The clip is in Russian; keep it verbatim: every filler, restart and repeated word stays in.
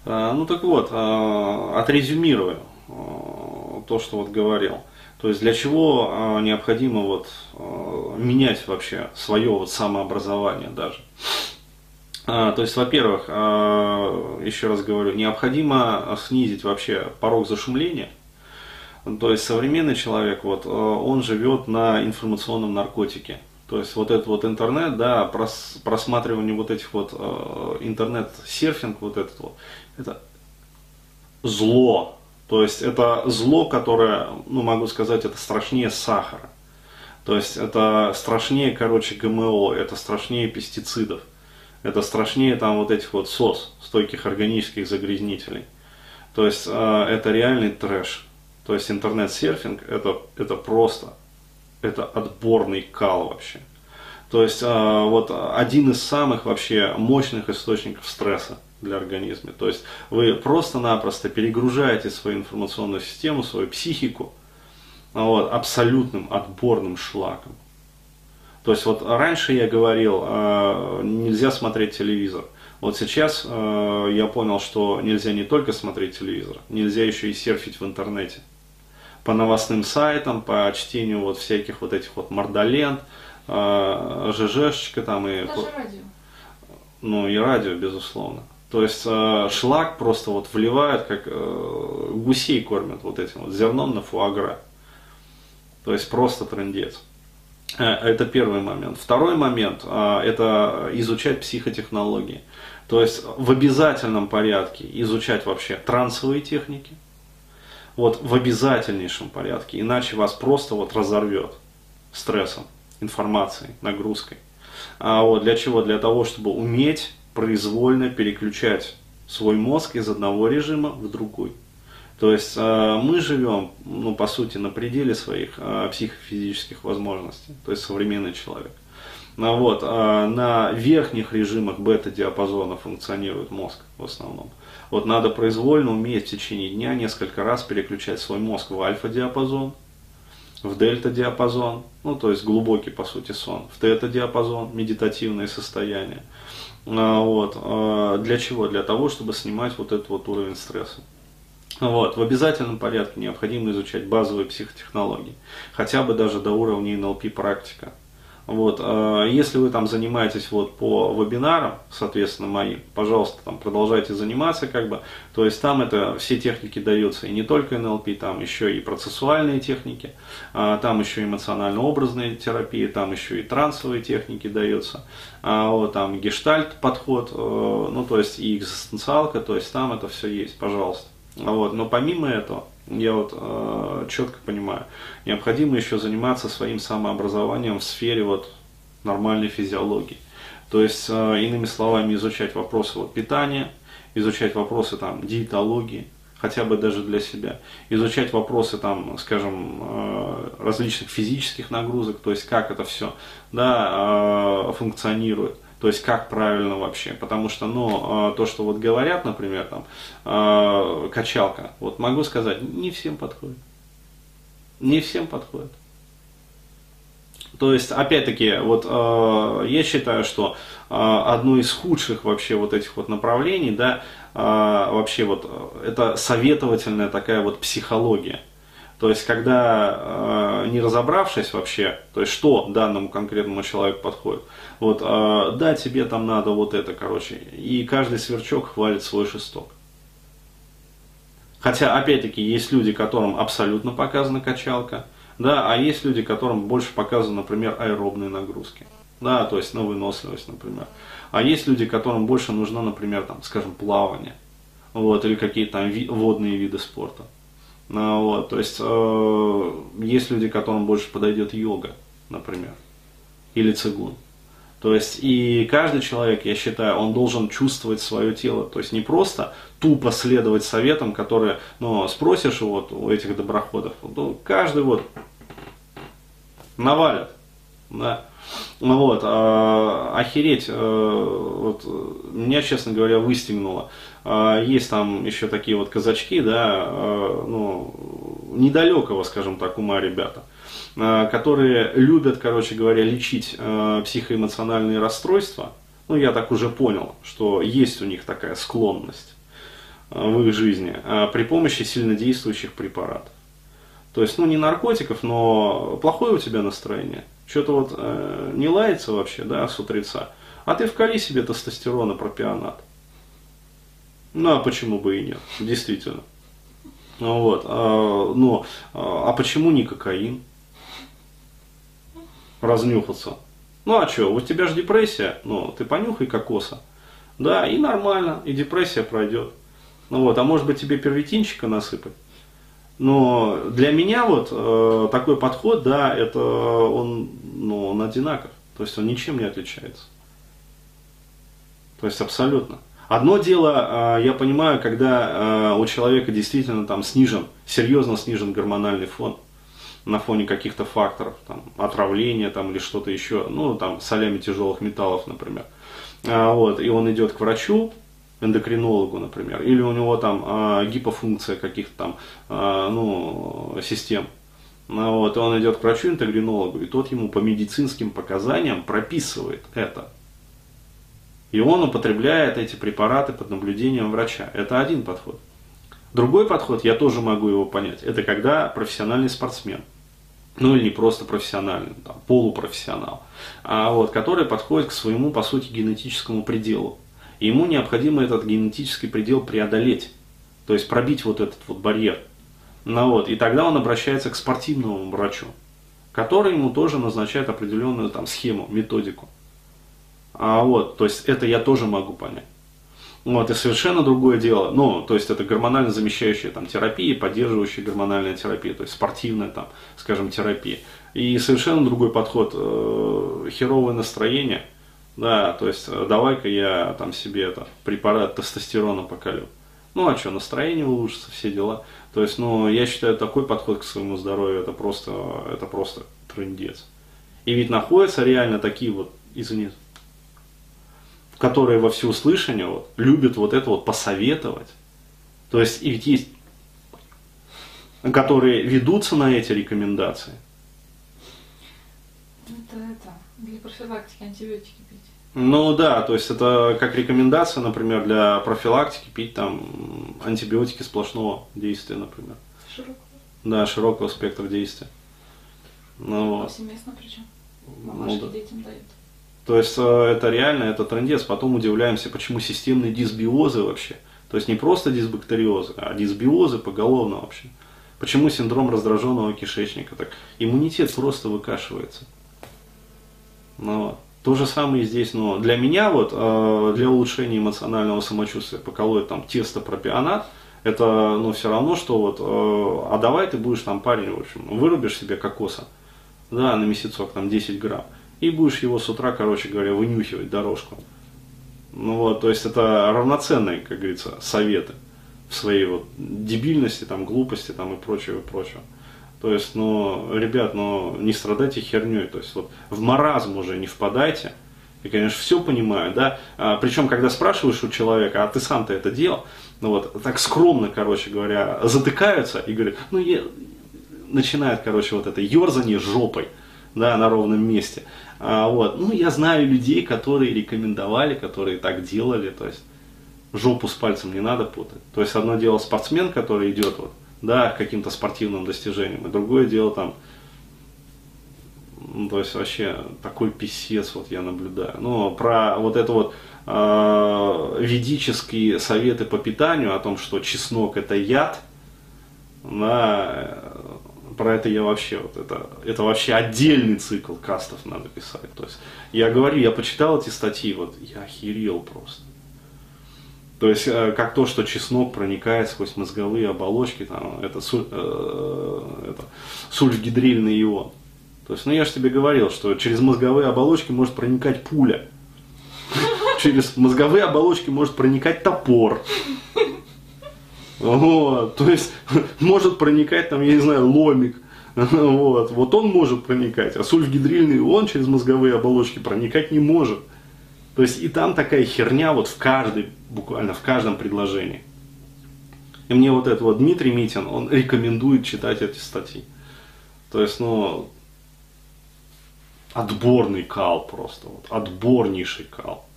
А, ну так вот, а, отрезюмирую а, то, что вот говорил. То есть для чего а, необходимо вот а, менять вообще свое вот самообразование даже. А, то есть, во-первых, а, еще раз говорю, необходимо снизить вообще порог зашумления. То есть современный человек, вот, он живет на информационном наркотике. То есть вот этот вот интернет, да, прос, просматривание вот этих вот э, интернет-серфинг, вот этот вот, это зло. То есть это зло, которое, ну могу сказать, это страшнее сахара. То есть это страшнее, короче, ГМО, это страшнее пестицидов. Это страшнее там вот этих вот СОС, стойких органических загрязнителей. То есть э, это реальный трэш. То есть интернет-серфинг это, это просто, это отборный кал вообще. То есть э, вот один из самых вообще мощных источников стресса для организма. То есть вы просто-напросто перегружаете свою информационную систему, свою психику вот, абсолютным отборным шлаком. То есть вот раньше я говорил, э, нельзя смотреть телевизор. Вот сейчас э, я понял, что нельзя не только смотреть телевизор, нельзя еще и серфить в интернете. По новостным сайтам, по чтению вот всяких вот этих вот мордолент, э, ЖЖшечка там и... Даже радио. Ну и радио, безусловно. То есть э, шлак просто вот вливают, как э, гусей кормят вот этим вот зерном на фуагра. То есть просто трындец. Это первый момент. Второй момент – это изучать психотехнологии. То есть в обязательном порядке изучать вообще трансовые техники. Вот в обязательнейшем порядке, иначе вас просто вот разорвет стрессом, информацией, нагрузкой. А вот для чего? Для того, чтобы уметь произвольно переключать свой мозг из одного режима в другой. То есть э, мы живем, ну, по сути, на пределе своих э, психофизических возможностей, то есть современный человек. Ну, вот, э, на верхних режимах бета-диапазона функционирует мозг в основном. Вот надо произвольно уметь в течение дня несколько раз переключать свой мозг в альфа-диапазон, в дельта-диапазон, ну, то есть глубокий, по сути, сон, в тета-диапазон, медитативное состояние. Э, вот, э, для чего? Для того, чтобы снимать вот этот вот уровень стресса. Вот, в обязательном порядке необходимо изучать базовые психотехнологии, хотя бы даже до уровня эн эл пи практика. Вот, э, если вы там занимаетесь вот по вебинарам, соответственно, моим, пожалуйста, там продолжайте заниматься, как бы, то есть там это все техники даются, и не только эн эл пи, там еще и процессуальные техники, э, там еще эмоционально-образные терапии, там еще и трансовые техники даются, э, вот, там гештальт подход, э, ну, то есть и экзистенциалка, то есть там это все есть, пожалуйста. Вот. Но помимо этого, я вот э, четко понимаю, необходимо еще заниматься своим самообразованием в сфере вот нормальной физиологии. То есть, э, иными словами, изучать вопросы вот, питания, изучать вопросы там, диетологии, хотя бы даже для себя, изучать вопросы там, скажем, э, различных физических нагрузок, то есть как это все да, э, функционирует. То есть как правильно вообще, потому что, ну, то, что вот говорят, например, там, э, качалка, вот могу сказать, не всем подходит. Не всем подходит. То есть, опять-таки, вот э, я считаю, что э, одно из худших вообще вот этих вот направлений, да, э, вообще вот, это советовательная такая вот психология. То есть, когда, э, не разобравшись вообще, то есть, что данному конкретному человеку подходит, вот, э, да, тебе там надо вот это, короче, и каждый сверчок хвалит свой шесток. Хотя, опять-таки, есть люди, которым абсолютно показана качалка, да, а есть люди, которым больше показаны, например, аэробные нагрузки, да, то есть, на выносливость, например. А есть люди, которым больше нужно, например, там, скажем, плавание, вот, или какие-то там ви- водные виды спорта. Ну, вот, то есть э, есть люди, которым больше подойдет йога, например, или цигун. То есть и каждый человек, я считаю, он должен чувствовать свое тело. То есть не просто тупо следовать советам, которые, ну, спросишь вот у этих доброходов, ну, каждый вот навалит, да. Ну вот, а, охереть, а, вот, меня, честно говоря, выстегнуло. А, есть там еще такие вот казачки, да, а, ну, недалекого, скажем так, ума ребята, а, которые любят, короче говоря, лечить а, психоэмоциональные расстройства. Ну, я так уже понял, что есть у них такая склонность. в их жизни при помощи сильнодействующих препаратов. То есть, ну, не наркотиков, но плохое у тебя настроение. Что-то вот э, не лается вообще, да, с утреца. А ты вкали себе тестостерон и пропионат. Ну, а почему бы и нет, действительно. Вот, а, ну, а почему не кокаин? Разнюхаться. Ну, а что, у тебя же депрессия, ну, ты понюхай кокоса. Да, и нормально, и депрессия пройдет. Ну вот, а может быть тебе первитинчика насыпать? Но для меня вот э, такой подход, да, это он, ну, он одинаков. То есть он ничем не отличается. То есть абсолютно. Одно дело, э, я понимаю, когда э, у человека действительно там снижен, серьезно снижен гормональный фон на фоне каких-то факторов, там, отравления там, или что-то еще, ну там солями тяжелых металлов, например. Э, вот, и он идет к врачу, эндокринологу, например, или у него там э, гипофункция каких-то там э, ну, систем. Ну, вот, и он идет к врачу-эндокринологу, и тот ему по медицинским показаниям прописывает это. И он употребляет эти препараты под наблюдением врача. Это один подход. Другой подход, я тоже могу его понять, это когда профессиональный спортсмен, ну или не просто профессиональный, там, полупрофессионал, а вот, который подходит к своему, по сути, генетическому пределу. И ему необходимо этот генетический предел преодолеть, то есть пробить вот этот вот барьер. Ну, вот, и тогда он обращается к спортивному врачу, который ему тоже назначает определенную там, схему, методику. А вот, то есть это я тоже могу понять. Вот, и совершенно другое дело, ну, то есть это гормонально замещающая там, терапия, поддерживающая гормональная терапия, то есть спортивная, там, скажем, терапия. И совершенно другой подход, э, херовое настроение. Да, то есть давай-ка я там себе это, препарат тестостерона поколю. Ну а что, настроение улучшится, все дела. То есть, ну, я считаю, такой подход к своему здоровью, это просто, это просто трындец. И ведь находятся реально такие вот, извини, которые во всеуслышание вот, любят вот это вот посоветовать. То есть, и ведь есть, которые ведутся на эти рекомендации. Это, это, для профилактики антибиотики пить. Ну да, то есть это как рекомендация, например, для профилактики пить там антибиотики сплошного действия, например. Широкого. Да, широкого спектра действия. Ну, повсеместно причем. Мамашки ну, да. детям дают. То есть это реально, это трындец. Потом удивляемся, почему системные дисбиозы вообще. То есть не просто дисбактериозы, а дисбиозы поголовно вообще. Почему синдром раздраженного кишечника? Так иммунитет просто выкашивается. Ну, то же самое и здесь. Но для меня вот, для улучшения эмоционального самочувствия поколоть там тесто пропионат, это ну, все равно, что вот, а давай ты будешь там парень, в общем, вырубишь себе кокоса, да, на месяцок, там десять грамм. И будешь его с утра, короче говоря, вынюхивать дорожку. Ну вот, то есть это равноценные, как говорится, советы в своей вот дебильности, там, глупости там, и прочего, и прочего. То есть, ну, ребят, ну, не страдайте херней, то есть вот в маразм уже не впадайте. Я, конечно, все понимаю, да. А, причем, когда спрашиваешь у человека, а ты сам-то это делал, ну вот, так скромно, короче говоря, затыкаются и говорят, ну, я... начинает, короче, вот это ерзание жопой, да, на ровном месте. А, вот. Ну, я знаю людей, которые рекомендовали, которые так делали, то есть жопу с пальцем не надо путать. То есть одно дело спортсмен, который идет вот, да, к каким-то спортивным достижениям, и другое дело там, ну, то есть вообще такой писец вот я наблюдаю. Ну, про вот это вот э, ведические советы по питанию, о том, что чеснок это яд, да, про это я вообще, вот это, это вообще отдельный цикл кастов надо писать. То есть, я говорю, я почитал эти статьи, вот, я охерел просто. То есть, как то, что чеснок проникает сквозь мозговые оболочки, там, это, суль, э, это сульфгидрильный ион. То есть, ну я же тебе говорил, что через мозговые оболочки может проникать пуля. Через мозговые оболочки может проникать топор. Вот, то есть, может проникать там, я не знаю, ломик. Вот, вот он может проникать, а сульфгидрильный ион через мозговые оболочки проникать не может. То есть, и там такая херня вот в каждой, буквально в каждом предложении. И мне вот это вот Дмитрий Митин, он рекомендует читать эти статьи. То есть, ну, отборный кал просто, вот, отборнейший кал.